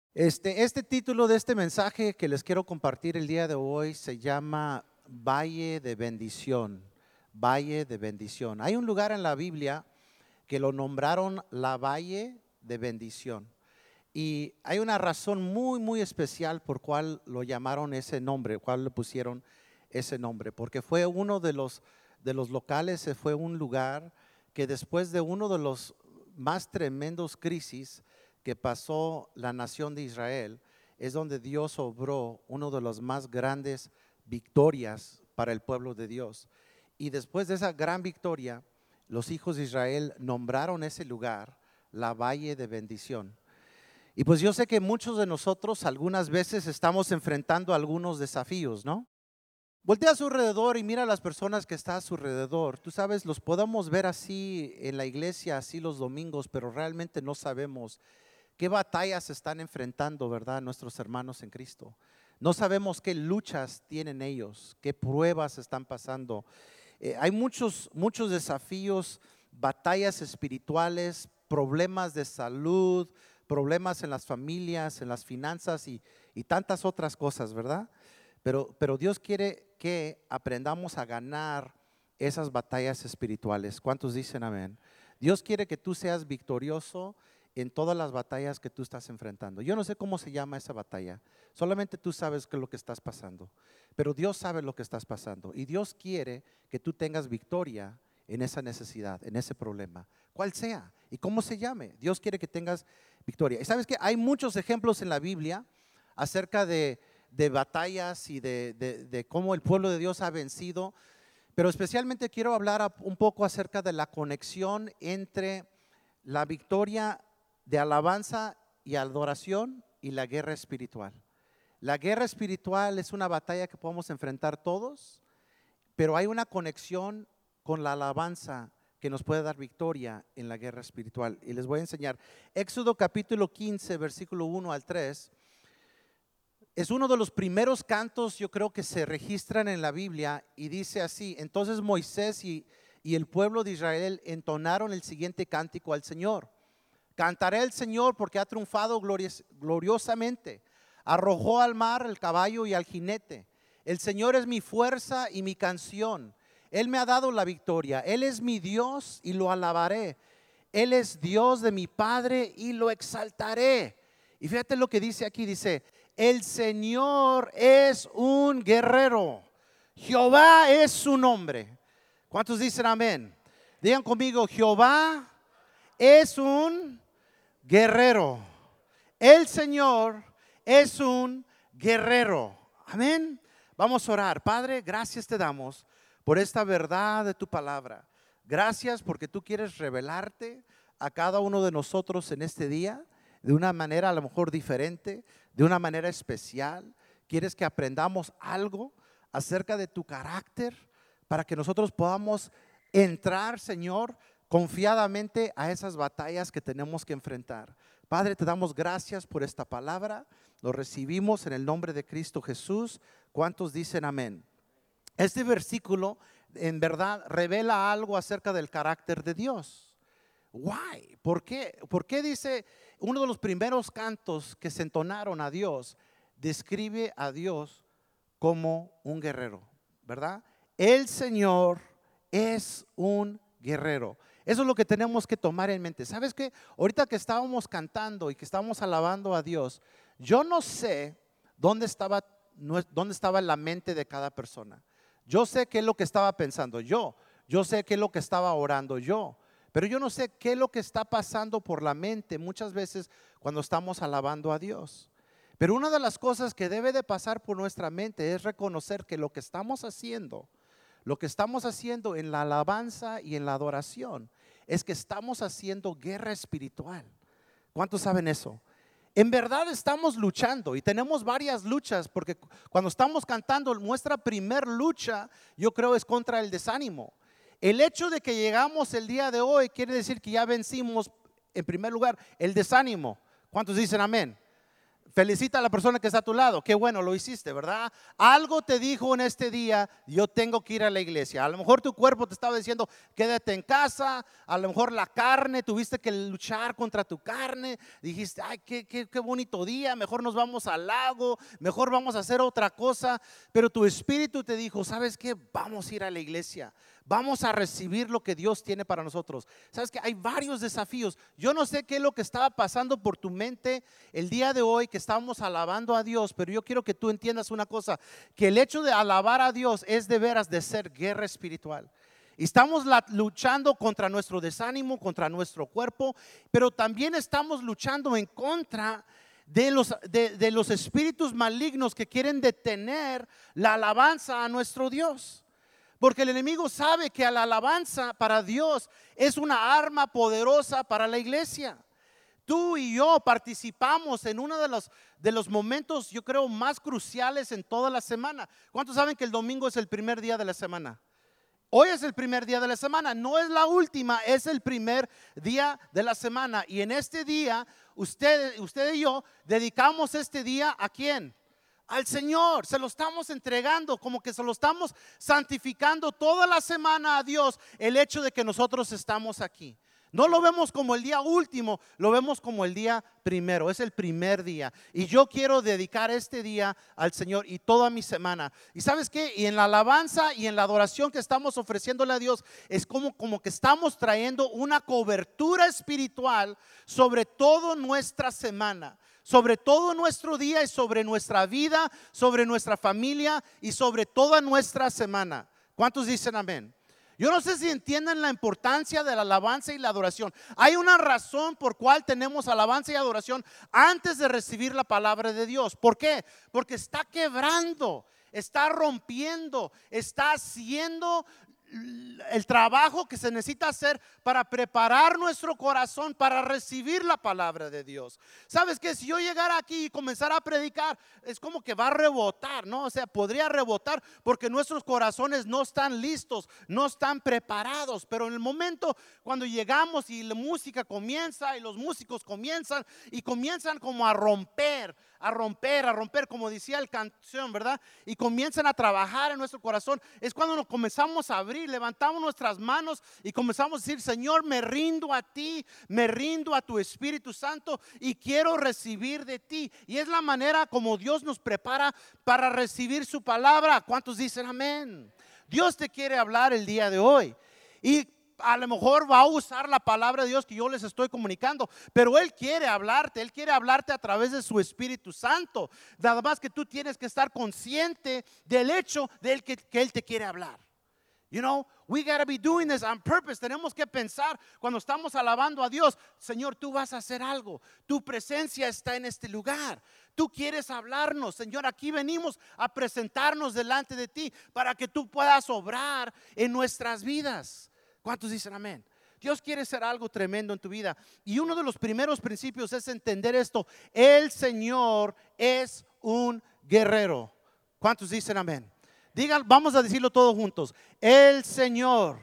Este título de este mensaje que les quiero compartir el día de hoy se llama Valle de Bendición. Valle de Bendición. Hay un lugar en la Biblia que lo nombraron la Valle de Bendición. Y hay una razón muy especial por cual lo llamaron ese nombre, cuál le pusieron ese nombre. Porque fue uno de los locales, fue un lugar que después de uno de los más tremendos crisis que pasó la nación de Israel, es donde Dios obró uno de los más grandes victorias para el pueblo de Dios. Y después de esa gran victoria, los hijos de Israel nombraron ese lugar la Valle de Bendición. Y pues yo sé que muchos de nosotros algunas veces estamos enfrentando algunos desafíos, ¿no? Voltea a su alrededor y mira a las personas que están a su alrededor. Tú sabes, los podemos ver así en la iglesia, así los domingos, pero realmente no sabemos qué batallas están enfrentando, ¿verdad? Nuestros hermanos en Cristo. No sabemos qué luchas tienen ellos, qué pruebas están pasando. Hay muchos desafíos, batallas espirituales, problemas de salud, problemas en las familias, en las finanzas y tantas otras cosas, ¿verdad? Pero Dios quiere que aprendamos a ganar esas batallas espirituales. ¿Cuántos dicen amén? Dios quiere que tú seas victorioso en todas las batallas que tú estás enfrentando. Yo no sé cómo se llama esa batalla, solamente tú sabes qué es lo que estás pasando, pero Dios sabe lo que estás pasando y Dios quiere que tú tengas victoria en esa necesidad, en ese problema, cual sea y cómo se llame. Dios quiere que tengas victoria. Y sabes que hay muchos ejemplos en la Biblia acerca de batallas y de cómo el pueblo de Dios ha vencido, pero especialmente quiero hablar un poco acerca de la conexión entre la victoria de alabanza y adoración y la guerra espiritual. La guerra espiritual es una batalla que podemos enfrentar todos, pero hay una conexión con la alabanza que nos puede dar victoria en la guerra espiritual. Y les voy a enseñar. Éxodo capítulo 15, versículo 1 al 3. Es uno de los primeros cantos, yo creo, que se registran en la Biblia y dice así: entonces Moisés y el pueblo de Israel entonaron el siguiente cántico al Señor. Cantaré al Señor porque ha triunfado gloriosamente. Arrojó al mar el caballo y al jinete. El Señor es mi fuerza y mi canción. Él me ha dado la victoria. Él es mi Dios y lo alabaré. Él es Dios de mi Padre y lo exaltaré. Y fíjate lo que dice aquí, dice: el Señor es un guerrero. Jehová es su nombre. ¿Cuántos dicen amén? Digan conmigo: Jehová es un guerrero. El Señor es un guerrero. Amén. Vamos a orar. Padre, gracias te damos por esta verdad de tu palabra. Gracias porque tú quieres revelarte a cada uno de nosotros en este día de una manera a lo mejor diferente, de una manera especial. Quieres que aprendamos algo acerca de tu carácter para que nosotros podamos entrar, Señor, confiadamente a esas batallas que tenemos que enfrentar. Padre, te damos gracias por esta palabra. Lo recibimos en el nombre de Cristo Jesús. ¿Cuántos dicen amén? Este versículo en verdad revela algo acerca del carácter de Dios. Why? ¿Por qué? ¿Por qué dice uno de los primeros cantos que se entonaron a Dios? Describe a Dios como un guerrero, ¿verdad? El Señor es un guerrero. Eso es lo que tenemos que tomar en mente. ¿Sabes qué? Ahorita que estábamos cantando y que estábamos alabando a Dios, yo no sé dónde estaba la mente de cada persona. Yo sé qué es lo que estaba pensando yo sé qué es lo que estaba orando yo, pero yo no sé qué es lo que está pasando por la mente muchas veces cuando estamos alabando a Dios. Pero una de las cosas que debe de pasar por nuestra mente es reconocer que lo que estamos haciendo en la alabanza y en la adoración, es que estamos haciendo guerra espiritual. ¿Cuántos saben eso? En verdad estamos luchando y tenemos varias luchas, porque cuando estamos cantando, nuestra primer lucha, yo creo, es contra el desánimo. El hecho de que llegamos el día de hoy quiere decir que ya vencimos, en primer lugar, el desánimo. ¿Cuántos dicen amén? Felicita a la persona que está a tu lado. Qué bueno, lo hiciste, ¿verdad? Algo te dijo en este día, yo tengo que ir a la iglesia. A lo mejor tu cuerpo te estaba diciendo, quédate en casa. A lo mejor la carne, tuviste que luchar contra tu carne. Dijiste, ay, qué bonito día, mejor nos vamos al lago, mejor vamos a hacer otra cosa. Pero tu espíritu te dijo, ¿sabes qué? Vamos a ir a la iglesia. Vamos a recibir lo que Dios tiene para nosotros. Sabes que hay varios desafíos. Yo no sé qué es lo que estaba pasando por tu mente el día de hoy que estábamos alabando a Dios, pero yo quiero que tú entiendas una cosa, que el hecho de alabar a Dios es de veras de ser guerra espiritual. Y estamos luchando contra nuestro desánimo, contra nuestro cuerpo, pero también estamos luchando en contra de los espíritus malignos que quieren detener la alabanza a nuestro Dios. Porque el enemigo sabe que la alabanza para Dios es una arma poderosa para la iglesia. Tú y yo participamos en uno de los momentos, yo creo, más cruciales en toda la semana. ¿Cuántos saben que el domingo es el primer día de la semana? Hoy es el primer día de la semana, no es la última, es el primer día de la semana. Y en este día, usted y yo dedicamos este día ¿a quién? Al Señor. Se lo estamos entregando, como que se lo estamos santificando toda la semana a Dios, el hecho de que nosotros estamos aquí. No lo vemos como el día último, lo vemos como el día primero, es el primer día. Y yo quiero dedicar este día al Señor y toda mi semana. ¿Y sabes qué? Y en la alabanza y en la adoración que estamos ofreciéndole a Dios, es como que estamos trayendo una cobertura espiritual sobre toda nuestra semana, sobre todo nuestro día y sobre nuestra vida, sobre nuestra familia y sobre toda nuestra semana. ¿Cuántos dicen amén? Yo no sé si entienden la importancia de la alabanza y la adoración. Hay una razón por cual tenemos alabanza y adoración antes de recibir la palabra de Dios. ¿Por qué? Porque está quebrando, está rompiendo, está haciendo el trabajo que se necesita hacer para preparar nuestro corazón para recibir la palabra de Dios. ¿Sabes qué? Si yo llegara aquí y comenzara a predicar, es como que va a rebotar, ¿no? O sea, podría rebotar porque nuestros corazones no están listos, no están preparados. Pero en el momento cuando llegamos y la música comienza y los músicos comienzan y comienzan como a romper, como decía la canción, ¿verdad? Y comienzan a trabajar en nuestro corazón. Es cuando nos comenzamos a abrir, levantamos nuestras manos y comenzamos a decir, Señor, me rindo a ti, me rindo a tu Espíritu Santo y quiero recibir de ti. Y es la manera como Dios nos prepara para recibir su palabra. ¿Cuántos dicen amén? Dios te quiere hablar el día de hoy y a lo mejor va a usar la palabra de Dios que yo les estoy comunicando, pero Él quiere hablarte a través de su Espíritu Santo. Nada más que tú tienes que estar consciente del hecho de que Él te quiere hablar. You know, we gotta be doing this on purpose. Tenemos que pensar cuando estamos alabando a Dios, Señor, tú vas a hacer algo. Tu presencia está en este lugar. Tú quieres hablarnos, Señor. Aquí venimos a presentarnos delante de ti para que tú puedas obrar en nuestras vidas. ¿Cuántos dicen amén? Dios quiere hacer algo tremendo en tu vida. Y uno de los primeros principios es entender esto. El Señor es un guerrero. ¿Cuántos dicen amén? Digan, vamos a decirlo todos juntos. El Señor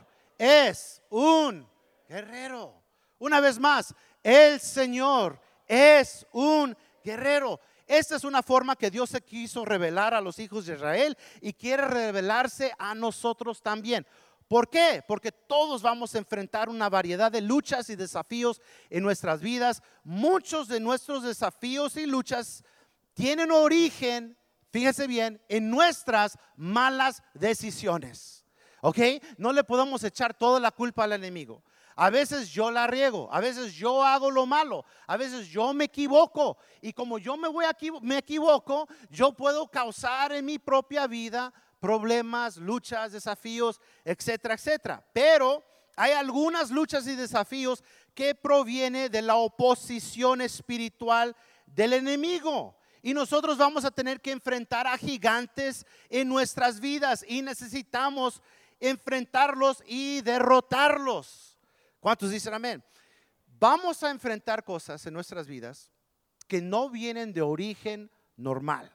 es un guerrero. Una vez más, el Señor es un guerrero. Esta es una forma que Dios se quiso revelar a los hijos de Israel y quiere revelarse a nosotros también. ¿Por qué? Porque todos vamos a enfrentar una variedad de luchas y desafíos en nuestras vidas. Muchos de nuestros desafíos y luchas tienen origen, fíjese bien, en nuestras malas decisiones. ¿Ok? No le podemos echar toda la culpa al enemigo. A veces yo la riego, a veces yo hago lo malo, a veces yo me equivoco. Y como yo me equivoco, yo puedo causar en mi propia vida problemas, luchas, desafíos, etcétera, etcétera. Pero hay algunas luchas y desafíos que provienen de la oposición espiritual del enemigo. Y nosotros vamos a tener que enfrentar a gigantes en nuestras vidas y necesitamos enfrentarlos y derrotarlos. ¿Cuántos dicen amén? Vamos a enfrentar cosas en nuestras vidas que no vienen de origen normal,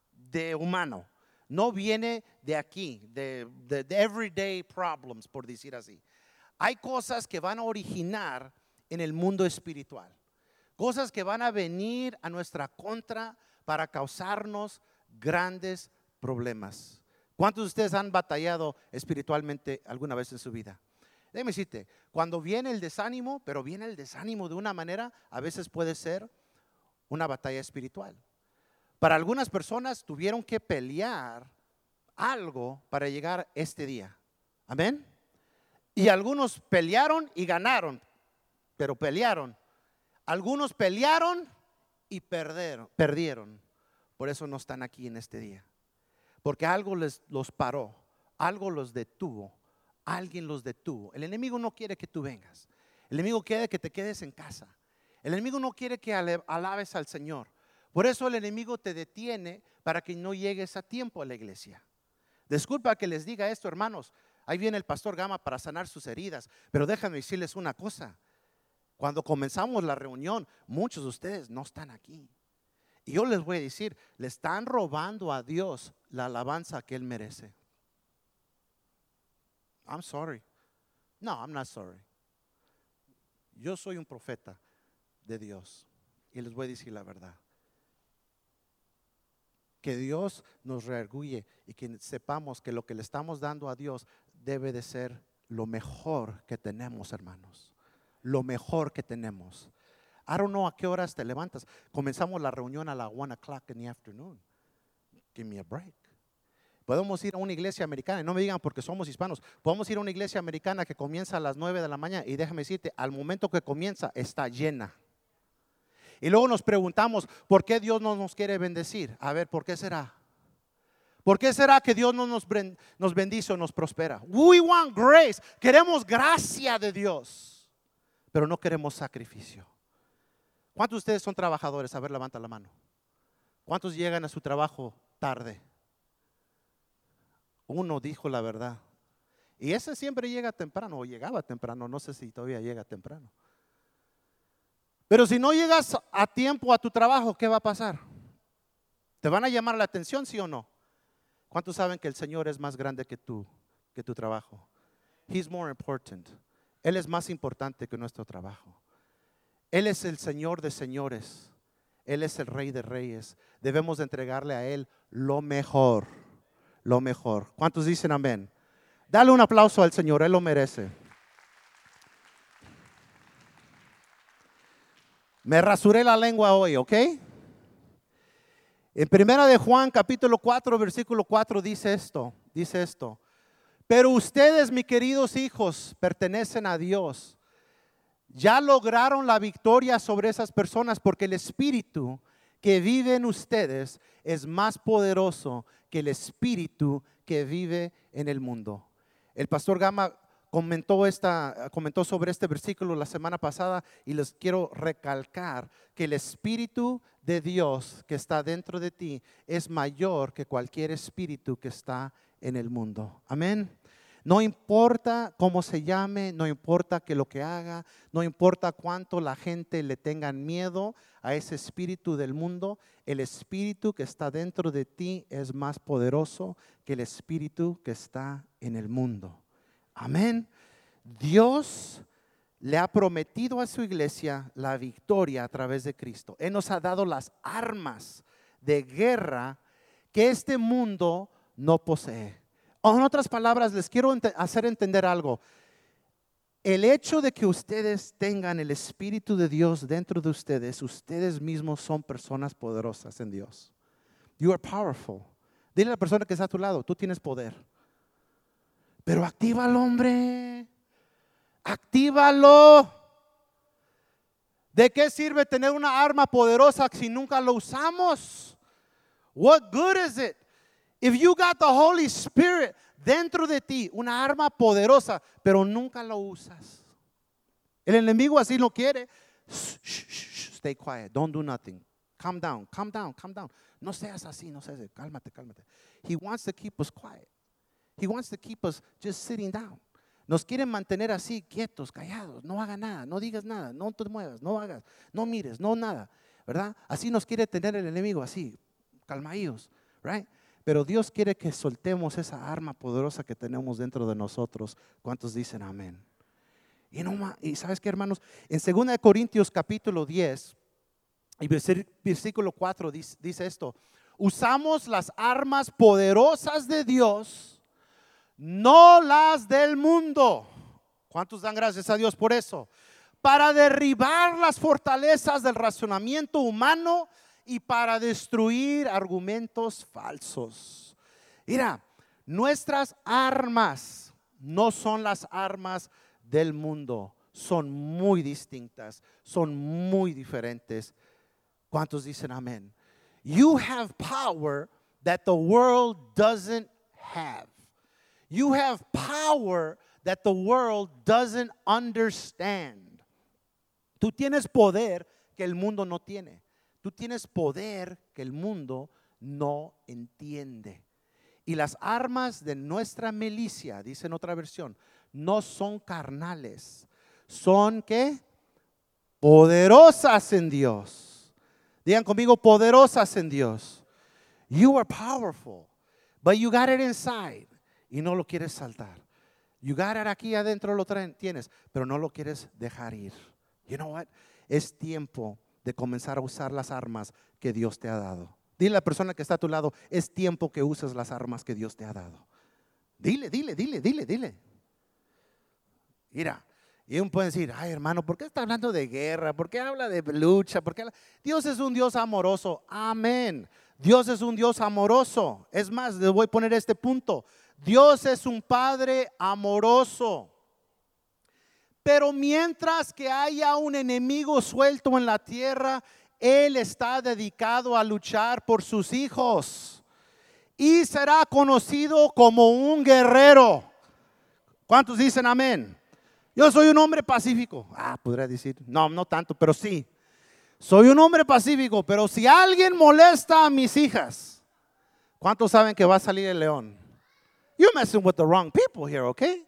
de humano. No viene de aquí, de everyday problems, por decir así. Hay cosas que van a originar en el mundo espiritual. cosas que van a venir a nuestra contra para causarnos grandes problemas. ¿Cuántos de ustedes han batallado espiritualmente alguna vez en su vida? Déjame decirte, cuando viene el desánimo, pero viene el desánimo de una manera, a veces puede ser una batalla espiritual. Para algunas personas tuvieron que pelear algo para llegar este día. Amén. Y algunos pelearon y ganaron, pero pelearon. Algunos pelearon y perdieron. Por eso no están aquí en este día. Porque algo los paró, algo los detuvo, alguien los detuvo. El enemigo no quiere que tú vengas. El enemigo quiere que te quedes en casa. El enemigo no quiere que alabes al Señor. Por eso el enemigo te detiene para que no llegues a tiempo a la iglesia. Disculpa que les diga esto, hermanos. Ahí viene el pastor Gama para sanar sus heridas. Pero déjame decirles una cosa. Cuando comenzamos la reunión, muchos de ustedes no están aquí. Y yo les voy a decir, le están robando a Dios la alabanza que Él merece. I'm sorry. No, I'm not sorry. Yo soy un profeta de Dios y les voy a decir la verdad. Que Dios nos reargulle y que sepamos que lo que le estamos dando a Dios debe de ser lo mejor que tenemos, hermanos. Lo mejor que tenemos. I don't know a qué horas te levantas. Comenzamos la reunión a la 1 o'clock in the afternoon. Give me a break. Podemos ir a una iglesia americana, y no me digan porque somos hispanos. Podemos ir a una iglesia americana que comienza a las 9 de la mañana y déjame decirte, al momento que comienza está llena. Y luego nos preguntamos, ¿por qué Dios no nos quiere bendecir? A ver, ¿por qué será? ¿Por qué será que Dios no nos bendice o nos prospera? We want grace. Queremos gracia de Dios, pero no queremos sacrificio. ¿Cuántos de ustedes son trabajadores? A ver, levanta la mano. ¿Cuántos llegan a su trabajo tarde? Uno dijo la verdad. Y ese siempre llega temprano, o llegaba temprano, no sé si todavía llega temprano. Pero si no llegas a tiempo a tu trabajo, ¿qué va a pasar? ¿Te van a llamar la atención, sí o no? ¿Cuántos saben que el Señor es más grande que tu trabajo? He's more important. Él es más importante que nuestro trabajo. Él es el Señor de señores. Él es el Rey de reyes. Debemos de entregarle a Él lo mejor. Lo mejor. ¿Cuántos dicen amén? Dale un aplauso al Señor, Él lo merece. Me rasuré la lengua hoy, ¿ok? En 1 de Juan capítulo 4 versículo 4 dice esto. Pero ustedes, mis queridos hijos, pertenecen a Dios. Ya lograron la victoria sobre esas personas porque el Espíritu que vive en ustedes es más poderoso que el espíritu que vive en el mundo. El pastor Gama comentó sobre este versículo la semana pasada y les quiero recalcar que el Espíritu de Dios que está dentro de ti es mayor que cualquier espíritu que está en el mundo. Amén. No importa cómo se llame, no importa que lo que haga, no importa cuánto la gente le tenga miedo a ese espíritu del mundo, el espíritu que está dentro de ti es más poderoso que el espíritu que está en el mundo. Amén. Dios le ha prometido a su iglesia la victoria a través de Cristo. Él nos ha dado las armas de guerra que este mundo no posee. O en otras palabras, les quiero hacer entender algo. El hecho de que ustedes tengan el Espíritu de Dios dentro de ustedes mismos son personas poderosas en Dios. You are powerful. Dile a la persona que está a tu lado, tú tienes poder. Pero actívalo, hombre. Actívalo. ¿De qué sirve tener una arma poderosa si nunca lo usamos? What good is it? If you got the Holy Spirit dentro de ti, una arma poderosa, pero nunca lo usas. El enemigo así lo quiere. Stay quiet, don't do nothing. Calm down. No seas así, cálmate. He wants to keep us quiet. He wants to keep us just sitting down. Nos quieren mantener así, quietos, callados. No haga nada, no digas nada, no te muevas, no hagas, no mires, no nada. ¿Verdad? Así nos quiere tener el enemigo, así, calmaíos, right? Pero Dios quiere que soltemos esa arma poderosa que tenemos dentro de nosotros. ¿Cuántos dicen amén? Y ¿sabes qué, hermanos? En 2 Corintios capítulo 10, Y versículo 4 dice esto: usamos las armas poderosas de Dios, no las del mundo. ¿Cuántos dan gracias a Dios por eso? Para derribar las fortalezas del razonamiento humano y para destruir argumentos falsos. Mira, nuestras armas no son las armas del mundo, son muy distintas, son muy diferentes. ¿Cuántos dicen amén? You have power that the world doesn't have. You have power that the world doesn't understand. Tú tienes poder que el mundo no tiene. Tú tienes poder que el mundo no entiende. Y las armas de nuestra milicia, dice en otra versión, no son carnales. Son ¿qué? Poderosas en Dios. Digan conmigo, poderosas en Dios. You are powerful, but you got it inside y no lo quieres saltar. You got it aquí adentro, lo tienes, pero no lo quieres dejar ir. You know what? Es tiempo de comenzar a usar las armas que Dios te ha dado. Dile a la persona que está a tu lado, es tiempo que uses las armas que Dios te ha dado. Dile. Mira, y uno puede decir, ay hermano, ¿por qué está hablando de guerra? ¿Por qué habla de lucha? Dios es un Dios amoroso. Amén. Dios es un Dios amoroso. Es más, les voy a poner este punto. Dios es un Padre amoroso. Pero mientras que haya un enemigo suelto en la tierra, Él está dedicado a luchar por sus hijos y será conocido como un guerrero. ¿Cuántos dicen amén? Yo soy un hombre pacífico. Podría decir, no tanto, pero sí. Soy un hombre pacífico, pero si alguien molesta a mis hijas, ¿cuántos saben que va a salir el león? You're messing with the wrong people here, okay?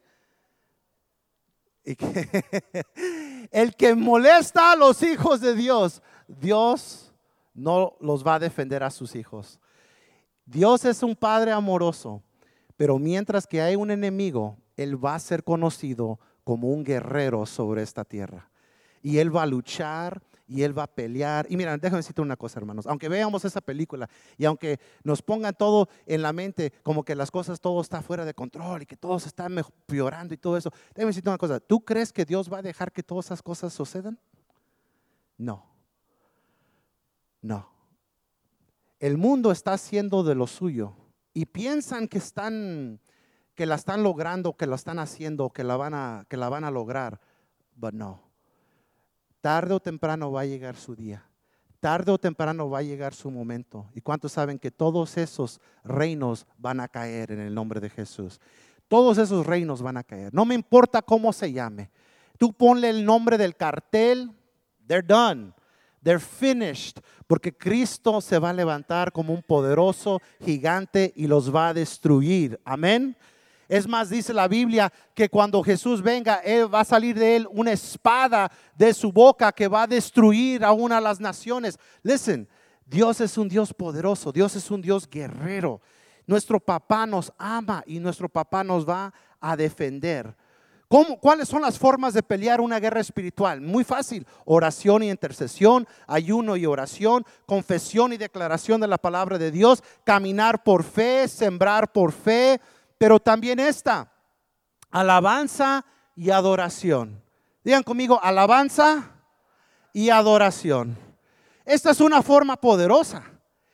El que molesta a los hijos de Dios, Dios no los va a defender a sus hijos. Dios es un Padre amoroso, pero mientras que hay un enemigo, Él va a ser conocido como un guerrero sobre esta tierra. Y Él va a luchar y Él va a pelear. Y mira, déjame decirte una cosa, hermanos. Aunque veamos esa película y aunque nos pongan todo en la mente como que las cosas, todo está fuera de control y que todo se está empeorando y todo eso, déjame decirte una cosa. ¿Tú crees que Dios va a dejar que todas esas cosas sucedan? No. El mundo está haciendo de lo suyo y piensan que la están logrando, que la están haciendo, que la van a lograr. But no. Tarde o temprano va a llegar su día. Tarde o temprano va a llegar su momento. ¿Y cuántos saben que todos esos reinos van a caer en el nombre de Jesús? Todos esos reinos van a caer. No me importa cómo se llame. Tú ponle el nombre del cartel. They're done. They're finished. Porque Cristo se va a levantar como un poderoso gigante y los va a destruir. Amén. Es más, dice la Biblia que cuando Jesús venga, va a salir de él una espada de su boca que va a destruir a una de las naciones. Listen, Dios es un Dios poderoso, Dios es un Dios guerrero. Nuestro papá nos ama y nuestro papá nos va a defender. ¿Cuáles son las formas de pelear una guerra espiritual? Muy fácil: oración y intercesión, ayuno y oración, confesión y declaración de la palabra de Dios, caminar por fe, sembrar por fe. Pero también alabanza y adoración. Digan conmigo, alabanza y adoración. Esta es una forma poderosa.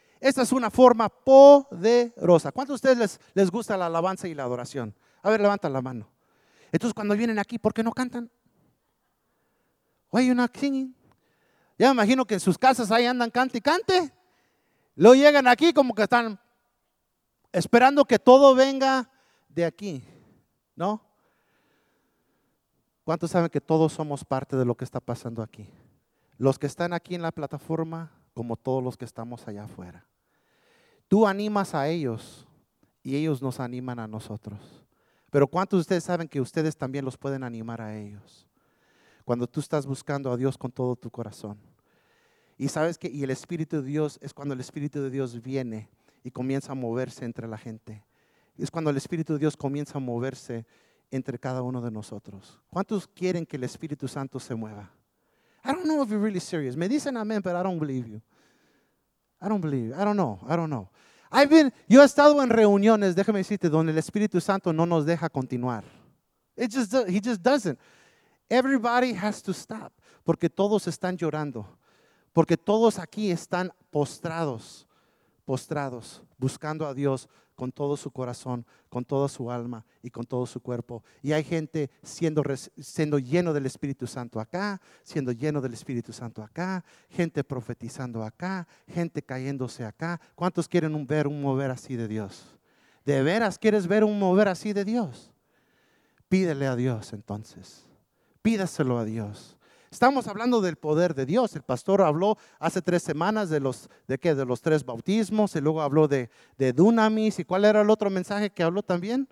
¿Cuántos de ustedes les gusta la alabanza y la adoración? A ver, levantan la mano. Entonces cuando vienen aquí, ¿por qué no cantan? Why you not singing? Ya me imagino que en sus casas ahí andan cante y cante. Luego llegan aquí como que están esperando que todo venga de aquí, ¿no? ¿Cuántos saben que todos somos parte de lo que está pasando aquí? Los que están aquí en la plataforma, como todos los que estamos allá afuera. Tú animas a ellos y ellos nos animan a nosotros. Pero ¿cuántos de ustedes saben que ustedes también los pueden animar a ellos? Cuando tú estás buscando a Dios con todo tu corazón. Y sabes que el Espíritu de Dios es cuando el Espíritu de Dios viene y comienza a moverse entre la gente. Es cuando el Espíritu de Dios comienza a moverse entre cada uno de nosotros. ¿Cuántos quieren que el Espíritu Santo se mueva? I don't know if you're really serious. Me dicen amén, but I don't believe you. I don't believe you. I don't know. Yo he estado en reuniones, déjame decirte, donde el Espíritu Santo no nos deja continuar. He just doesn't. Everybody has to stop. Porque todos están llorando. Porque todos aquí están postrados, buscando a Dios con todo su corazón, con toda su alma y con todo su cuerpo. Y hay gente siendo lleno del Espíritu Santo acá, siendo lleno del Espíritu Santo acá, gente profetizando acá, gente cayéndose acá. ¿Cuántos quieren ver un mover así de Dios? ¿De veras quieres ver un mover así de Dios? Pídele a Dios entonces. Pídaselo a Dios. Estamos hablando del poder de Dios. El pastor habló hace 3 semanas de los 3 bautismos, y luego habló de dunamis. ¿Y cuál era el otro mensaje que habló también?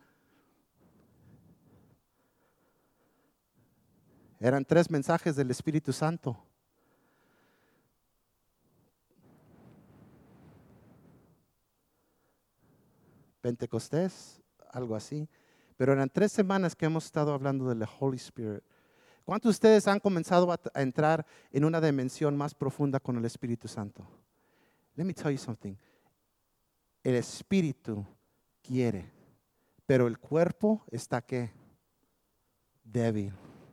Eran 3 mensajes del Espíritu Santo. Pentecostés, algo así. Pero eran 3 semanas que hemos estado hablando del Holy Spirit. ¿Cuántos de ustedes han comenzado a entrar en una dimensión más profunda con el Espíritu Santo? Let me tell you something. El Espíritu quiere, pero el cuerpo está ¿qué? Débil.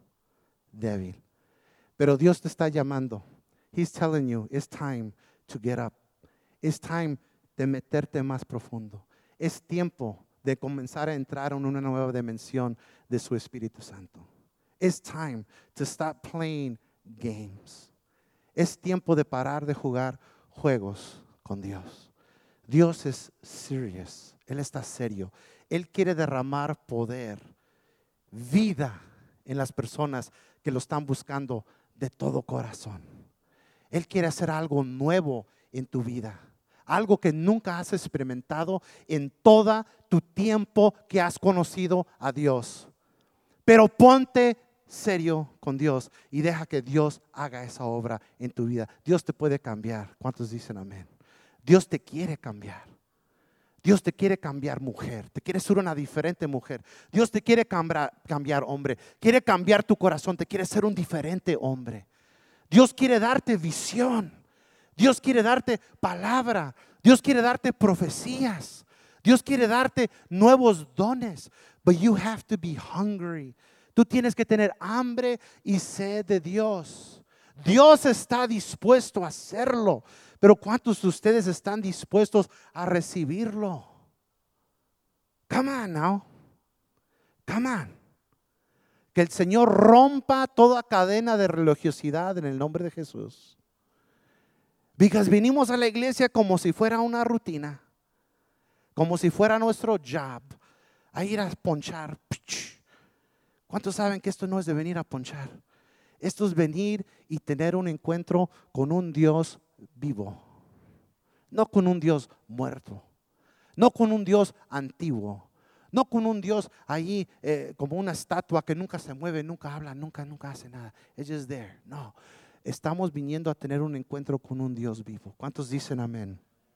Pero Dios te está llamando. He's telling you, it's time to get up. It's time de meterte más profundo. Es tiempo de comenzar a entrar en una nueva dimensión de su Espíritu Santo. It's time to stop playing games. Es tiempo de parar de jugar juegos con Dios. Dios es serious. Él está serio. Él quiere derramar poder, vida en las personas que lo están buscando de todo corazón. Él quiere hacer algo nuevo en tu vida. Algo que nunca has experimentado en todo tu tiempo que has conocido a Dios. Pero ponte serio con Dios y deja que Dios haga esa obra en tu vida. Dios te puede cambiar. ¿Cuántos dicen amén? Dios te quiere cambiar. Dios te quiere cambiar, mujer. Te quiere ser una diferente mujer. Dios te quiere cambiar, hombre. Quiere cambiar tu corazón. Te quiere ser un diferente hombre. Dios quiere darte visión. Dios quiere darte palabra. Dios quiere darte profecías. Dios quiere darte nuevos dones. But you have to be hungry. Tú tienes que tener hambre y sed de Dios. Dios está dispuesto a hacerlo. Pero ¿cuántos de ustedes están dispuestos a recibirlo? Come on now. Come on. Que el Señor rompa toda cadena de religiosidad en el nombre de Jesús. Because vinimos a la iglesia como si fuera una rutina. Como si fuera nuestro job. A ir a ponchar. ¿Cuántos saben que esto no es de venir a ponchar? Esto es venir y tener un encuentro con un Dios vivo. No con un Dios muerto. No con un Dios antiguo. No con un Dios allí como una estatua que nunca se mueve, nunca habla, nunca hace nada. It's just there. No. Estamos viniendo a tener un encuentro con un Dios vivo. ¿Cuántos dicen amén?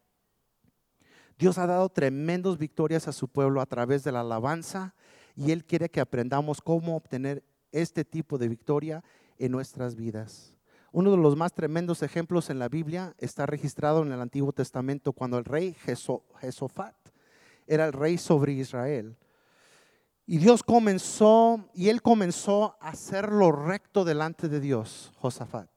Dios ha dado tremendas victorias a su pueblo a través de la alabanza. Y Él quiere que aprendamos cómo obtener este tipo de victoria en nuestras vidas. Uno de los más tremendos ejemplos en la Biblia está registrado en el Antiguo Testamento cuando el rey Josafat era el rey sobre Israel. Y Él comenzó a hacer lo recto delante de Dios, Josafat.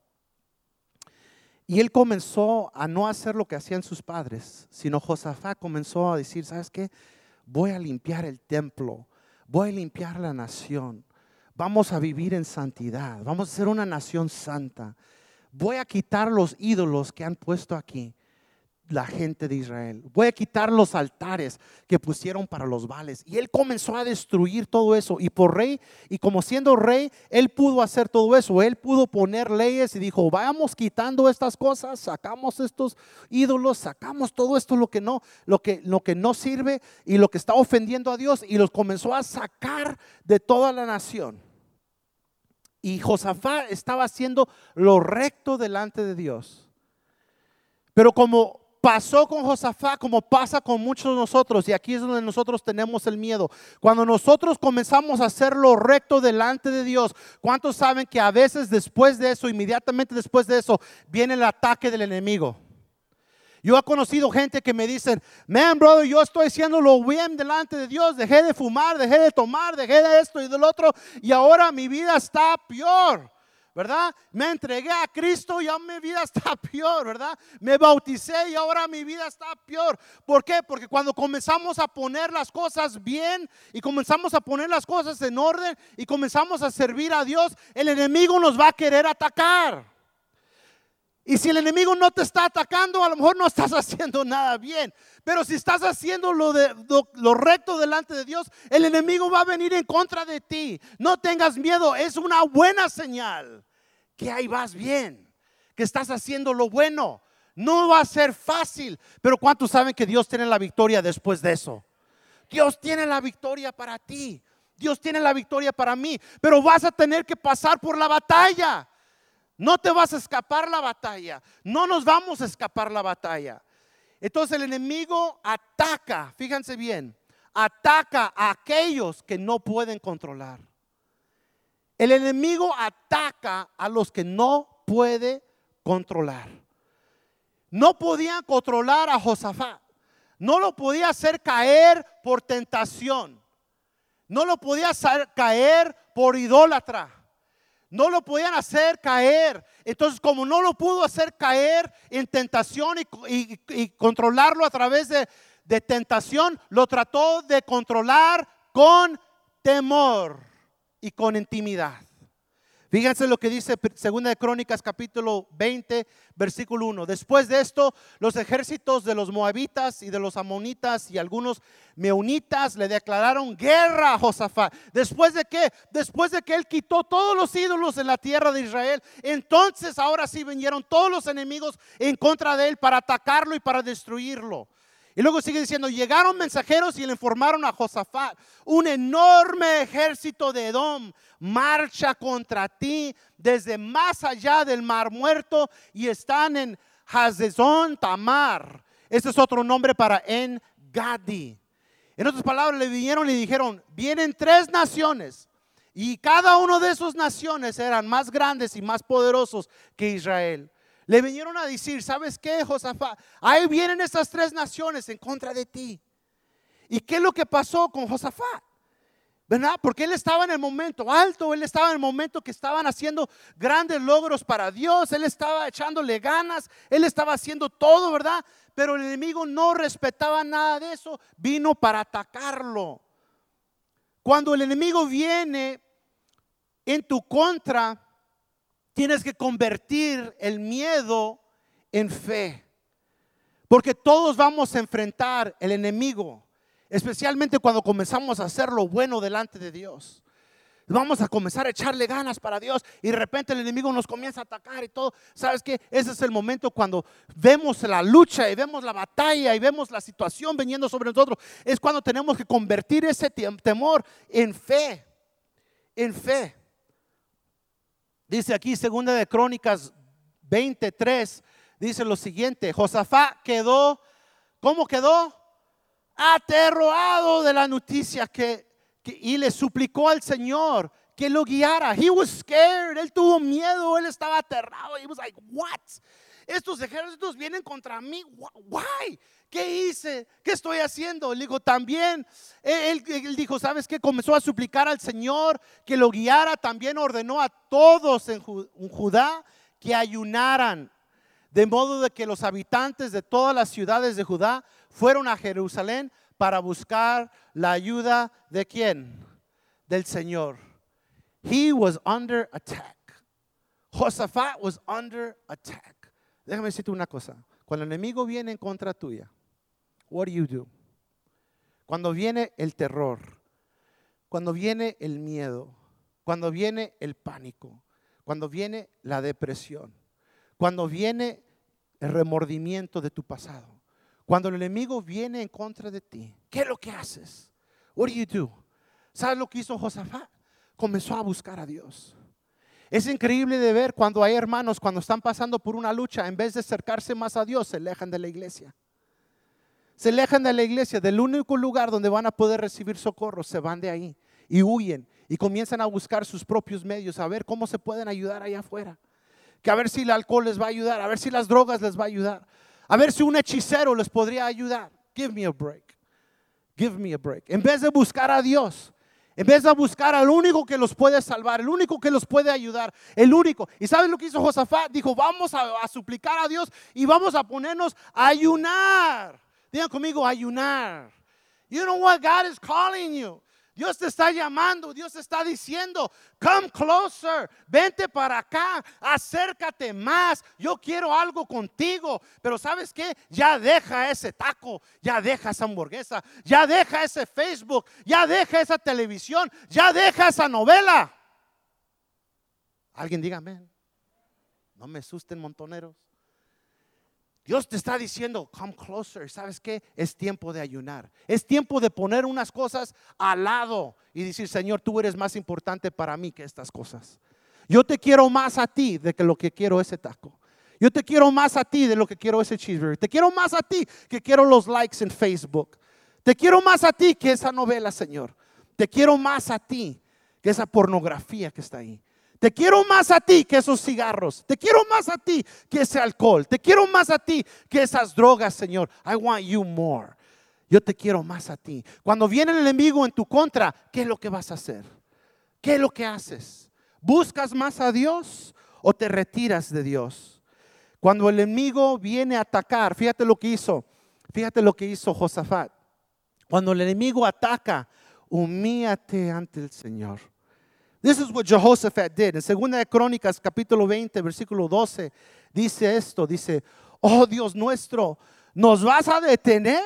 Y él comenzó a no hacer lo que hacían sus padres, sino Josafat comenzó a decir, ¿sabes qué? Voy a limpiar el templo. Voy a limpiar la nación. Vamos a vivir en santidad. Vamos a ser una nación santa. Voy a quitar los ídolos que han puesto aquí la gente de Israel. Voy a quitar los altares que pusieron para los Baales. Y él comenzó a destruir todo eso. Y por rey, y como siendo rey, él pudo hacer todo eso. Él pudo poner leyes y dijo, vamos quitando estas cosas, sacamos estos ídolos, sacamos todo esto lo que no sirve y lo que está ofendiendo a Dios, y los comenzó a sacar de toda la nación. Y Josafat estaba haciendo lo recto delante de Dios. Pero como pasó con Josafat, como pasa con muchos de nosotros, y aquí es donde nosotros tenemos el miedo. Cuando nosotros comenzamos a hacer lo recto delante de Dios, ¿cuántos saben que a veces después de eso, inmediatamente después de eso, viene el ataque del enemigo? Yo he conocido gente que me dicen, man, brother, yo estoy haciéndolo bien delante de Dios, dejé de fumar, dejé de tomar, dejé de esto y del otro, y ahora mi vida está peor, ¿verdad? Me entregué a Cristo y ahora mi vida está peor, ¿verdad? Me bauticé y ahora mi vida está peor. ¿Por qué? Porque cuando comenzamos a poner las cosas bien y comenzamos a poner las cosas en orden y comenzamos a servir a Dios, el enemigo nos va a querer atacar. Y si el enemigo no te está atacando, a lo mejor no estás haciendo nada bien. Pero si estás haciendo lo recto delante de Dios, el enemigo va a venir en contra de ti. No tengas miedo, es una buena señal que ahí vas bien, que estás haciendo lo bueno. No va a ser fácil, pero ¿cuántos saben que Dios tiene la victoria después de eso? Dios tiene la victoria para ti. Dios tiene la victoria para mí, pero vas a tener que pasar por la batalla. No te vas a escapar la batalla. No nos vamos a escapar la batalla. Entonces el enemigo ataca, fíjense bien, ataca a aquellos que no pueden controlar. El enemigo ataca a los que no puede controlar. No podían controlar a Josafat. No lo podía hacer caer por tentación. No lo podía hacer caer por idólatra. No lo podían hacer caer. Entonces, como no lo pudo hacer caer en tentación y controlarlo a través de tentación, lo trató de controlar con temor y con intimidad. Fíjense lo que dice 2 de Crónicas capítulo 20 versículo 1. Después de esto, los ejércitos de los moabitas y de los amonitas y algunos meunitas le declararon guerra a Josafat. ¿Después de qué? Después de que él quitó todos los ídolos en la tierra de Israel. Entonces ahora sí vinieron todos los enemigos en contra de él para atacarlo y para destruirlo. Y luego sigue diciendo, llegaron mensajeros y le informaron a Josafat, un enorme ejército de Edom marcha contra ti desde más allá del Mar Muerto y están en Hazezón Tamar. Ese es otro nombre para En-Gadi. En otras palabras, le vinieron y le dijeron, vienen 3 naciones y cada uno de esas naciones eran más grandes y más poderosos que Israel. Le vinieron a decir, ¿sabes qué, Josafat? Ahí vienen estas 3 naciones en contra de ti. ¿Y qué es lo que pasó con Josafat? ¿Verdad? Porque él estaba en el momento alto, él estaba en el momento que estaban haciendo grandes logros para Dios, él estaba echándole ganas, él estaba haciendo todo, ¿verdad? Pero el enemigo no respetaba nada de eso, vino para atacarlo. Cuando el enemigo viene en tu contra, tienes que convertir el miedo en fe. Porque todos vamos a enfrentar el enemigo, especialmente cuando comenzamos a hacer lo bueno delante de Dios. Vamos a comenzar a echarle ganas para Dios y de repente el enemigo nos comienza a atacar y todo. ¿Sabes qué? Ese es el momento cuando vemos la lucha y vemos la batalla y vemos la situación viniendo sobre nosotros. Es cuando tenemos que convertir ese temor en fe. En fe. Dice aquí 2 de Crónicas 23, dice lo siguiente, Josafat quedó, ¿cómo quedó? Aterrado de la noticia y le suplicó al Señor que lo guiara. He was scared, él tuvo miedo, él estaba aterrado. He was like, what? Estos ejércitos vienen contra mí. Why? ¿Qué hice? ¿Qué estoy haciendo? Le dijo también, él dijo, ¿sabes qué? Comenzó a suplicar al Señor que lo guiara. También ordenó a todos en Judá que ayunaran. De modo de que los habitantes de todas las ciudades de Judá fueron a Jerusalén para buscar la ayuda ¿de quién? Del Señor. He was under attack. Josafat was under attack. Déjame decirte una cosa. Cuando el enemigo viene en contra tuya, what do you do? Cuando viene el terror, cuando viene el miedo, cuando viene el pánico, cuando viene la depresión, cuando viene el remordimiento de tu pasado, cuando el enemigo viene en contra de ti, ¿qué es lo que haces? What do you do? ¿Sabes lo que hizo Josafat? Comenzó a buscar a Dios. Es increíble de ver cuando hay hermanos, cuando están pasando por una lucha, en vez de acercarse más a Dios, se alejan de la iglesia. Se alejan de la iglesia, del único lugar donde van a poder recibir socorro, se van de ahí y huyen y comienzan a buscar sus propios medios, a ver cómo se pueden ayudar allá afuera. Que a ver si el alcohol les va a ayudar, a ver si las drogas les va a ayudar, a ver si un hechicero les podría ayudar. Give me a break. Give me a break. En vez de buscar a Dios, en vez de buscar al único que los puede salvar, el único que los puede ayudar, el único. ¿Y sabes lo que hizo Josafat? Dijo, vamos a suplicar a Dios y vamos a ponernos a ayunar. Digan conmigo, ayunar. You know what? God is calling you. Dios te está llamando, Dios te está diciendo, come closer, vente para acá, acércate más, yo quiero algo contigo. Pero ¿sabes qué? Ya deja ese taco, ya deja esa hamburguesa, ya deja ese Facebook, ya deja esa televisión, ya deja esa novela. Alguien dígame, no me asusten montoneros. Dios te está diciendo, come closer. ¿Sabes qué? Es tiempo de ayunar. Es tiempo de poner unas cosas al lado y decir, Señor, tú eres más importante para mí que estas cosas. Yo te quiero más a ti de que lo que quiero ese taco. Yo te quiero más a ti de lo que quiero ese cheeseburger. Te quiero más a ti que quiero los likes en Facebook. Te quiero más a ti que esa novela, Señor. Te quiero más a ti que esa pornografía que está ahí. Te quiero más a ti que esos cigarros. Te quiero más a ti que ese alcohol. Te quiero más a ti que esas drogas, Señor. I want you more. Yo te quiero más a ti. Cuando viene el enemigo en tu contra, ¿qué es lo que vas a hacer? ¿Qué es lo que haces? ¿Buscas más a Dios o te retiras de Dios? Cuando el enemigo viene a atacar, fíjate lo que hizo. Fíjate lo que hizo Josafat. Cuando el enemigo ataca, humíate ante el Señor. This is what Jehoshaphat did. En 2 de Crónicas, capítulo 20, versículo 12, dice esto, dice, oh Dios nuestro, ¿nos vas a detener?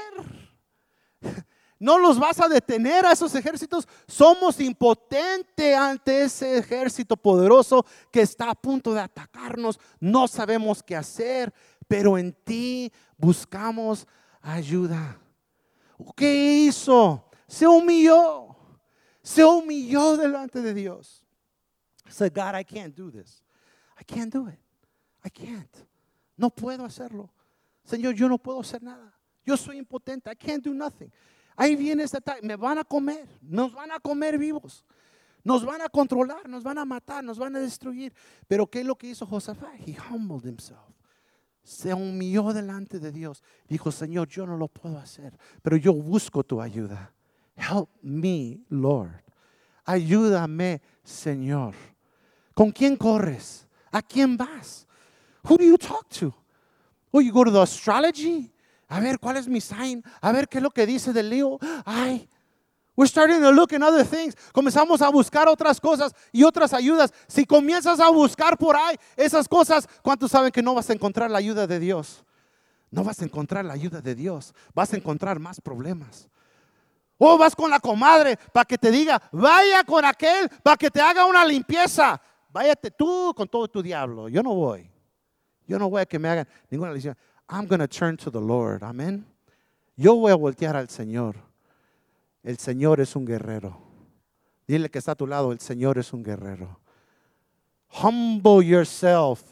¿No los vas a detener a esos ejércitos? Somos impotentes ante ese ejército poderoso que está a punto de atacarnos. No sabemos qué hacer, pero en ti buscamos ayuda. ¿Qué hizo? Se humilló. Se humilló delante de Dios. Said, God, I can't do this. I can't do it. I can't. No puedo hacerlo. Señor, yo no puedo hacer nada. Yo soy impotente. I can't do nothing. Ahí viene este ataque. Me van a comer. Nos van a comer vivos. Nos van a controlar. Nos van a matar. Nos van a destruir. Pero ¿qué es lo que hizo Josafat? He humbled himself. Se humilló delante de Dios. Dijo, Señor, yo no lo puedo hacer, pero yo busco tu ayuda. Help me, Lord. Ayúdame, Señor. ¿Con quién corres? ¿A quién vas? Who do you talk to? Oh, you go to the astrology? A ver, ¿cuál es mi sign? A ver, ¿qué es lo que dice del Leo? Ay, we're starting to look in other things. Comenzamos a buscar otras cosas y otras ayudas. Si comienzas a buscar por ahí esas cosas, ¿cuántos saben que no vas a encontrar la ayuda de Dios? No vas a encontrar la ayuda de Dios. Vas a encontrar más problemas. O vas con la comadre para que te diga, vaya con aquel para que te haga una limpieza. Váyate tú con todo tu diablo. Yo no voy. Yo no voy a que me hagan ninguna limpieza. I'm going to turn to the Lord. Amén. Yo voy a voltear al Señor. El Señor es un guerrero. Dile que está a tu lado, el Señor es un guerrero. Humble yourself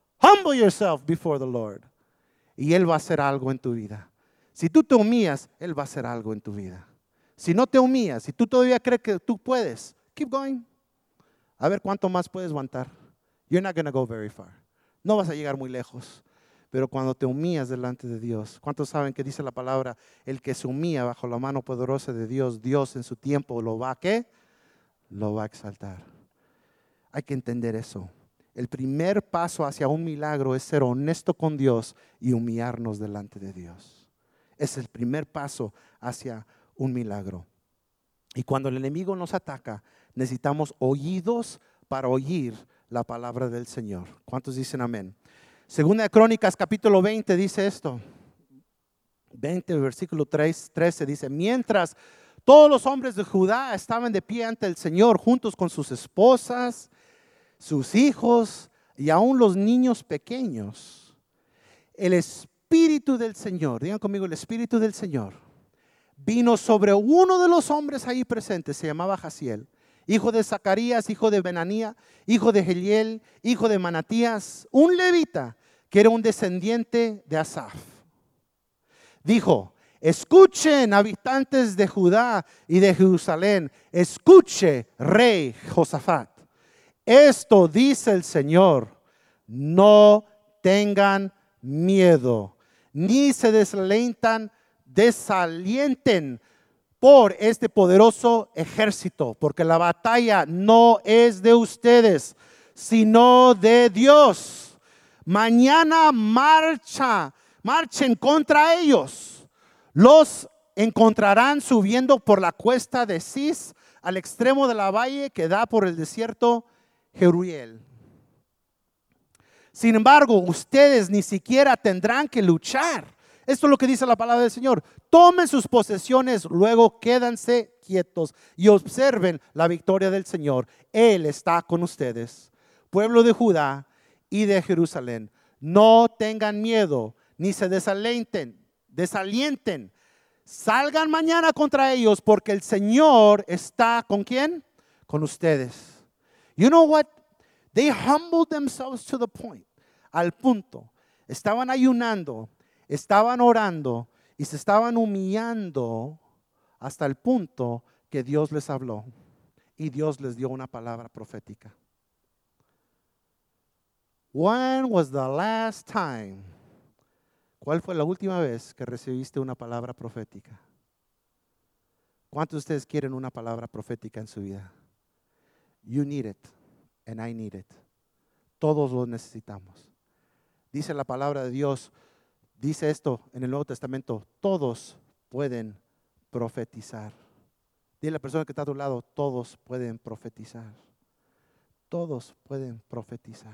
before the Lord. Y Él va a hacer algo en tu vida. Si tú te humillas, Él va a hacer algo en tu vida. Si no te humillas, si tú todavía crees que tú puedes, keep going. A ver cuánto más puedes aguantar. You're not going to go very far. No vas a llegar muy lejos. Pero cuando te humillas delante de Dios, ¿cuántos saben que dice la palabra? El que se humilla bajo la mano poderosa de Dios, Dios en su tiempo lo va a ¿qué? Lo va a exaltar. Hay que entender eso. El primer paso hacia un milagro es ser honesto con Dios y humillarnos delante de Dios. Es el primer paso hacia un milagro. Y cuando el enemigo nos ataca, necesitamos oídos para oír la palabra del Señor. ¿Cuántos dicen amén? Segunda de Crónicas, capítulo 20, dice esto. 20, versículo 13, dice, mientras todos los hombres de Judá estaban de pie ante el Señor, juntos con sus esposas, sus hijos y aún los niños pequeños, el Espíritu del Señor, digan conmigo, el Espíritu del Señor, vino sobre uno de los hombres ahí presentes, se llamaba Jaziel. hijo de Zacarías, hijo de Benanía, hijo de Jehiel, hijo de Manatías, un levita que era un descendiente de Asaf. Dijo: escuchen, habitantes de Judá y de Jerusalén, escuche, rey Josafat. Esto dice el Señor: no tengan miedo, ni se desalienten por este poderoso ejército, porque la batalla no es de ustedes, sino de Dios. Mañana marchen contra ellos. Los encontrarán subiendo por la cuesta de Cis al extremo de la valle que da por el desierto Jeruel. Sin embargo, ustedes ni siquiera tendrán que luchar. Esto es lo que dice la palabra del Señor. Tomen sus posesiones, luego quédense quietos y observen la victoria del Señor. Él está con ustedes. Pueblo de Judá y de Jerusalén, no tengan miedo ni se desalienten. Salgan mañana contra ellos, porque el Señor está ¿con quién? Con ustedes. You know what? They humbled themselves to the point. Al punto. Estaban ayunando, estaban orando y se estaban humillando hasta el punto que Dios les habló y Dios les dio una palabra profética. When was the last time? ¿Cuál fue la última vez que recibiste una palabra profética? ¿Cuántos de ustedes quieren una palabra profética en su vida? You need it and I need it. Todos lo necesitamos. Dice la palabra de Dios, dice esto en el Nuevo Testamento: todos pueden profetizar. Dile a la persona que está a tu lado: todos pueden profetizar. Todos pueden profetizar.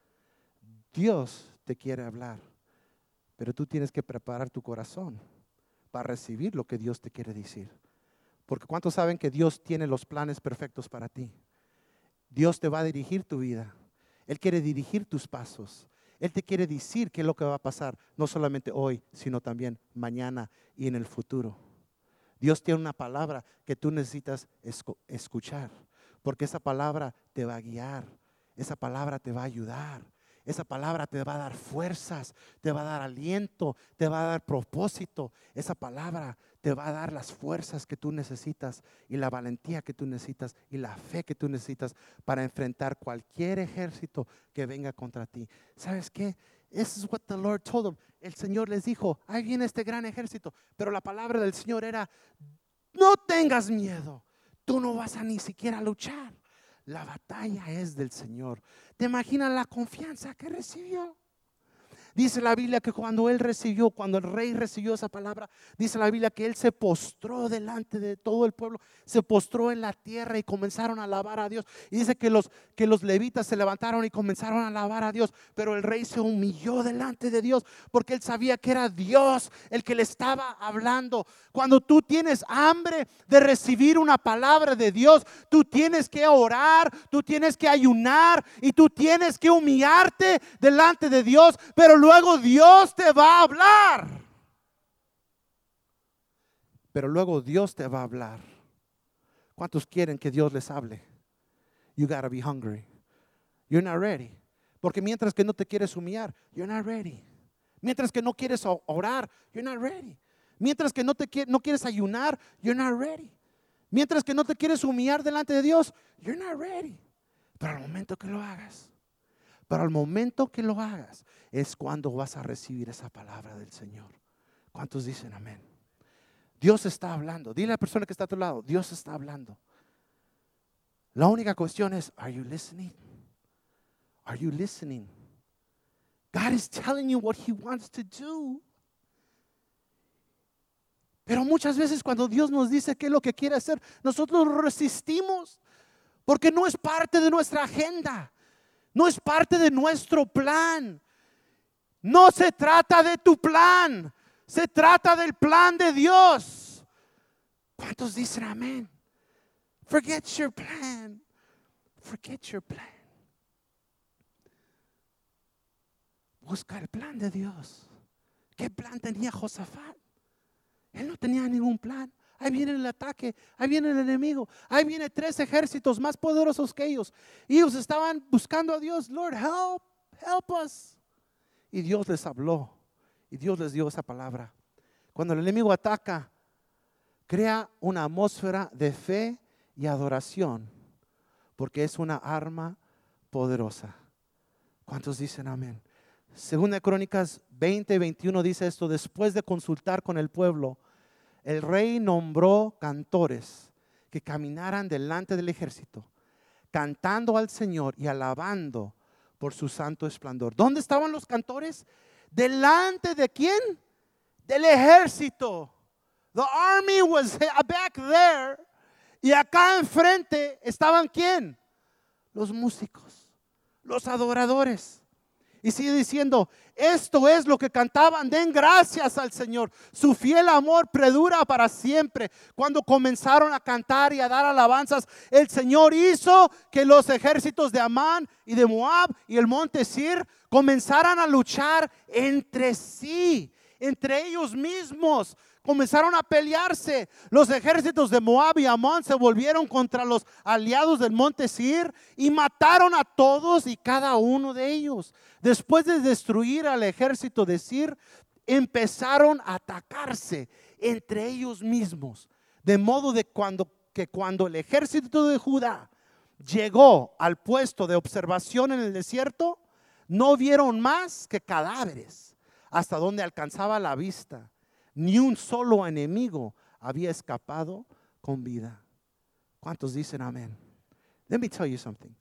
Dios te quiere hablar, pero tú tienes que preparar tu corazón para recibir lo que Dios te quiere decir. Porque ¿cuántos saben que Dios tiene los planes perfectos para ti? Dios te va a dirigir tu vida. Él quiere dirigir tus pasos. Él te quiere decir qué es lo que va a pasar, no solamente hoy, sino también mañana y en el futuro. Dios tiene una palabra que tú necesitas escuchar, porque esa palabra te va a guiar, esa palabra te va a ayudar. Esa palabra te va a dar fuerzas, te va a dar aliento, te va a dar propósito. Esa palabra te va a dar las fuerzas que tú necesitas y la valentía que tú necesitas y la fe que tú necesitas para enfrentar cualquier ejército que venga contra ti. ¿Sabes qué? This is what the Lord told them. El Señor les dijo: ahí viene este gran ejército. Pero la palabra del Señor era: no tengas miedo, tú no vas a ni siquiera luchar. La batalla es del Señor. ¿Te imaginas la confianza que recibió? Dice la Biblia que cuando el rey recibió esa palabra, dice la Biblia que él se postró delante de todo el pueblo, se postró en la tierra y comenzaron a alabar a Dios. Y dice que los levitas se levantaron y comenzaron a alabar a Dios, pero el rey se humilló delante de Dios porque él sabía que era Dios el que le estaba hablando. Cuando tú tienes hambre de recibir una palabra de Dios, tú tienes que orar, tú tienes que ayunar y tú tienes que humillarte delante de Dios, pero luego Dios te va a hablar. Pero luego Dios te va a hablar. ¿Cuántos quieren que Dios les hable? You gotta be hungry. You're not ready. Porque mientras que no te quieres humillar, you're not ready. Mientras que no quieres orar, you're not ready. Mientras que no quieres ayunar, you're not ready. Mientras que no te quieres humillar delante de Dios, you're not ready. Pero al momento que lo hagas, es cuando vas a recibir esa palabra del Señor. ¿Cuántos dicen amén? Dios está hablando. Dile a la persona que está a tu lado: Dios está hablando. La única cuestión es: are you listening? Are you listening? God is telling you what He wants to do. Pero muchas veces cuando Dios nos dice qué es lo que quiere hacer, nosotros lo resistimos porque no es parte de nuestra agenda. No es parte de nuestro plan. No se trata de tu plan. Se trata del plan de Dios. ¿Cuántos dicen amén? Forget your plan. Forget your plan. Busca el plan de Dios. ¿Qué plan tenía Josafat? Él no tenía ningún plan. Ahí viene el ataque, ahí viene el enemigo, ahí viene 3 ejércitos más poderosos que ellos. Y ellos estaban buscando a Dios. Lord, help us. Y Dios les habló y Dios les dio esa palabra. Cuando el enemigo ataca, crea una atmósfera de fe y adoración, porque es una arma poderosa. ¿Cuántos dicen amén? Segunda de Crónicas 20:21 dice esto: después de consultar con el pueblo, el rey nombró cantores que caminaran delante del ejército, cantando al Señor y alabando por su santo esplendor. ¿Dónde estaban los cantores? ¿Delante de quién? Del ejército. The army was back there. Y acá enfrente estaban ¿quién? Los músicos, los adoradores. Y sigue diciendo, esto es lo que cantaban: den gracias al Señor, su fiel amor perdura para siempre. Cuando comenzaron a cantar y a dar alabanzas, el Señor hizo que los ejércitos de Amán y de Moab y el monte Sir comenzaran a luchar entre sí, entre ellos mismos. Comenzaron a pelearse. Los ejércitos de Moab y Amón se volvieron contra los aliados del monte Sir y mataron a todos y cada uno de ellos. Después de destruir al ejército de Sir, empezaron a atacarse entre ellos mismos. De modo de que cuando el ejército de Judá llegó al puesto de observación en el desierto, no vieron más que cadáveres hasta donde alcanzaba la vista. Ni un solo enemigo había escapado con vida. ¿Cuántos dicen amén? Let me tell you something.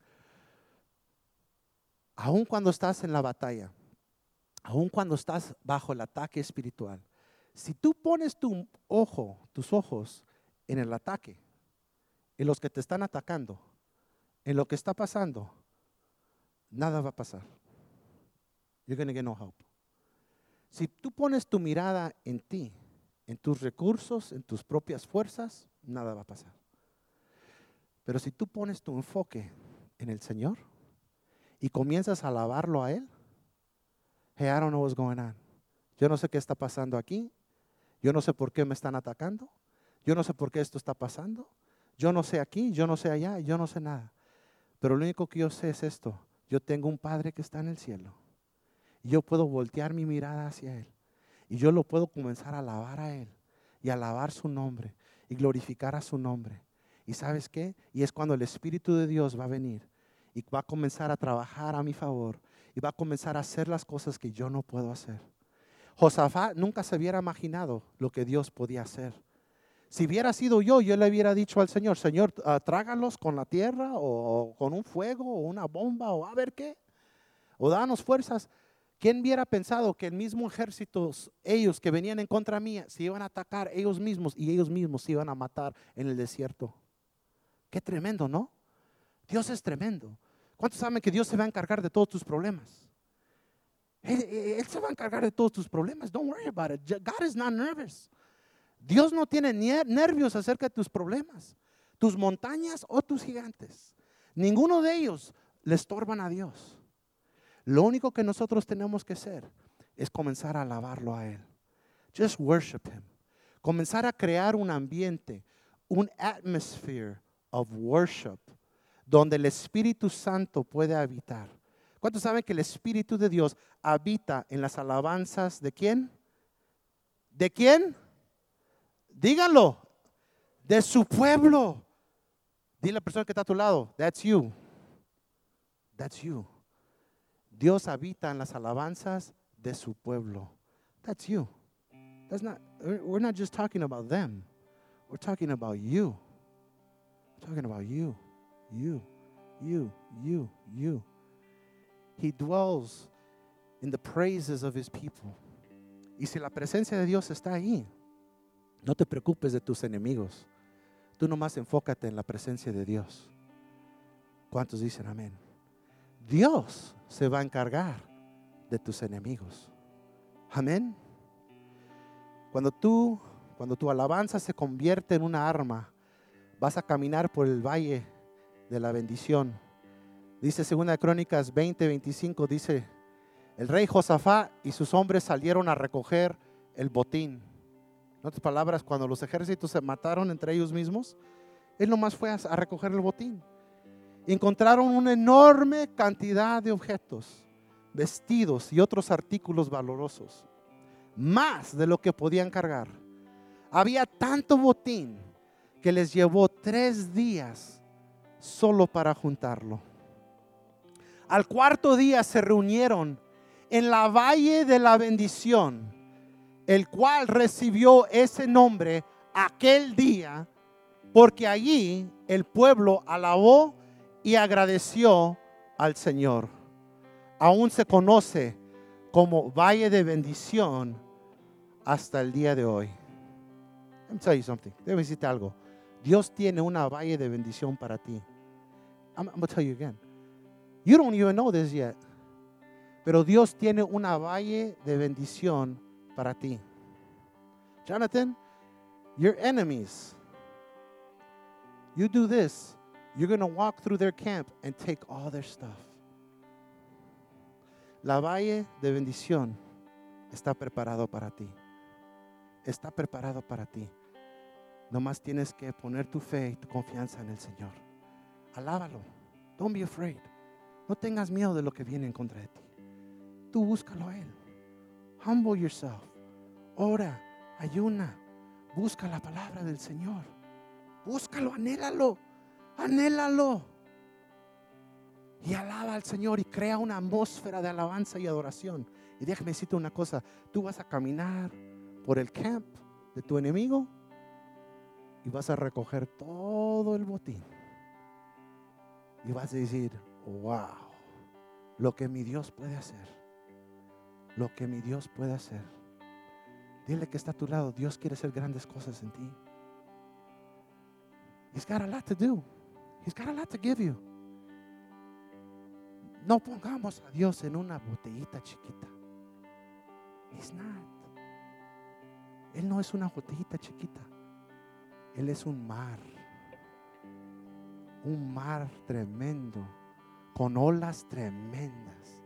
Aun cuando estás en la batalla, aun cuando estás bajo el ataque espiritual, si tú pones tus ojos en el ataque, en los que te están atacando, en lo que está pasando, nada va a pasar. You're going to get no help. Si tú pones tu mirada en ti, en tus recursos, en tus propias fuerzas, nada va a pasar. Pero si tú pones tu enfoque en el Señor y comienzas a alabarlo a Él, hey, I don't know what's going on. Yo no sé qué está pasando aquí. Yo no sé por qué me están atacando. Yo no sé por qué esto está pasando. Yo no sé aquí, yo no sé allá, yo no sé nada. Pero lo único que yo sé es esto: yo tengo un Padre que está en el cielo. Y yo puedo voltear mi mirada hacia Él. Y yo lo puedo comenzar a alabar a Él. Y alabar su nombre. Y glorificar a su nombre. ¿Y sabes qué? Y es cuando el Espíritu de Dios va a venir. Y va a comenzar a trabajar a mi favor. Y va a comenzar a hacer las cosas que yo no puedo hacer. Josafat nunca se hubiera imaginado lo que Dios podía hacer. Si hubiera sido yo le hubiera dicho al Señor: Señor, trágalos con la tierra o con un fuego o una bomba o a ver qué. O danos fuerzas. ¿Quién hubiera pensado que el mismo ejército, ellos que venían en contra mía, se iban a atacar ellos mismos y ellos mismos se iban a matar en el desierto? Qué tremendo, ¿no? Dios es tremendo. ¿Cuántos saben que Dios se va a encargar de todos tus problemas? Él se va a encargar de todos tus problemas. Don't worry about it. God is not nervous. Dios no tiene nervios acerca de tus problemas, tus montañas o tus gigantes. Ninguno de ellos le estorban a Dios. Lo único que nosotros tenemos que hacer es comenzar a alabarlo a Él. Just worship Him. Comenzar a crear un ambiente, un atmosphere of worship, donde el Espíritu Santo puede habitar. ¿Cuántos saben que el Espíritu de Dios habita en las alabanzas de quién? ¿De quién? Díganlo. De su pueblo. Dile a la persona que está a tu lado: that's you. That's you. Dios habita en las alabanzas de su pueblo. That's you. We're not just talking about them. We're talking about you. We're talking about you. You. He dwells in the praises of His people. Y si la presencia de Dios está ahí, no te preocupes de tus enemigos. Tú nomás enfócate en la presencia de Dios. ¿Cuántos dicen amén? Dios se va a encargar de tus enemigos. Amén. Cuando tu alabanza se convierte en una arma, vas a caminar por el valle de la bendición. Dice 2 Crónicas 20:25, dice: el rey Josafat y sus hombres salieron a recoger el botín. En otras palabras, cuando los ejércitos se mataron entre ellos mismos, él nomás fue a recoger el botín. Encontraron una enorme cantidad de objetos, vestidos y otros artículos valorosos, más de lo que podían cargar. Había tanto botín que les llevó 3 días solo para juntarlo. Al cuarto día se reunieron en la Valle de la Bendición, el cual recibió ese nombre aquel día, porque allí el pueblo alabó y agradeció al Señor. Aún se conoce como Valle de Bendición hasta el día de hoy. Let me tell you something. Debo decirte algo. Dios tiene una valle de bendición para ti. I'm going to tell you again. You don't even know this yet. Pero Dios tiene una valle de bendición para ti. Jonathan, your enemies, you do this, you're going to walk through their camp and take all their stuff. La valle de bendición está preparado para ti. Está preparado para ti. Nomás tienes que poner tu fe y tu confianza en el Señor. Alábalo. Don't be afraid. No tengas miedo de lo que viene en contra de ti. Tú búscalo a Él. Humble yourself. Ora, ayuna. Busca la palabra del Señor. Búscalo, anhélalo. Anhélalo. Y alaba al Señor y crea una atmósfera de alabanza y adoración. Y déjame decirte una cosa. Tú vas a caminar por el camp de tu enemigo y vas a recoger todo el botín. Y vas a decir, wow, lo que mi Dios puede hacer. Lo que mi Dios puede hacer. Dile que está a tu lado, Dios quiere hacer grandes cosas en ti. He's got a lot to do. He's got a lot to give you. No pongamos a Dios en una botellita chiquita. He's not. Él no es una botellita chiquita. Él es un mar. Un mar tremendo. Con olas tremendas.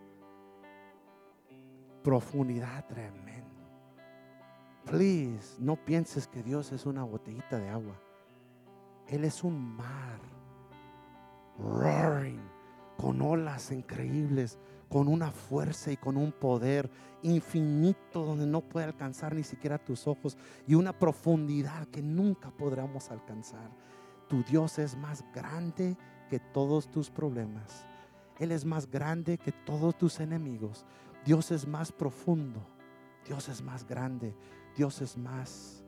Profundidad tremenda. Please, no pienses que Dios es una botellita de agua. Él es un mar. Roaring. Con olas increíbles. Con una fuerza y con un poder infinito donde no puede alcanzar ni siquiera tus ojos, y una profundidad que nunca podremos alcanzar. Tu Dios es más grande que todos tus problemas. Él es más grande que todos tus enemigos. Dios es más profundo. Dios es más grande. Dios es más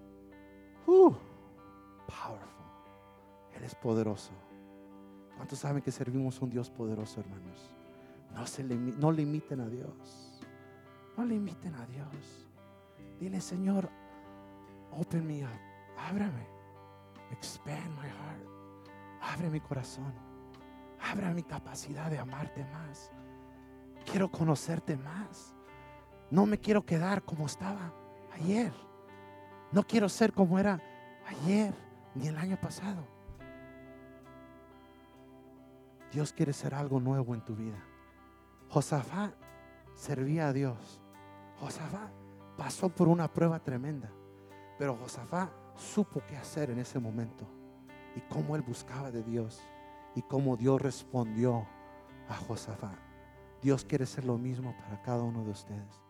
powerful. Él es poderoso. ¿Cuántos saben que servimos un Dios poderoso, hermanos? No limiten a Dios. No limiten a Dios. Dile, Señor, open me up. Ábrame. Expand my heart. Abre mi corazón. Abre mi capacidad de amarte más. Quiero conocerte más. No me quiero quedar como estaba ayer. No quiero ser como era ayer ni el año pasado. Dios quiere hacer algo nuevo en tu vida. Josafat servía a Dios. Josafat pasó por una prueba tremenda, pero Josafat supo qué hacer en ese momento y cómo él buscaba de Dios y cómo Dios respondió a Josafat. Dios quiere hacer lo mismo para cada uno de ustedes.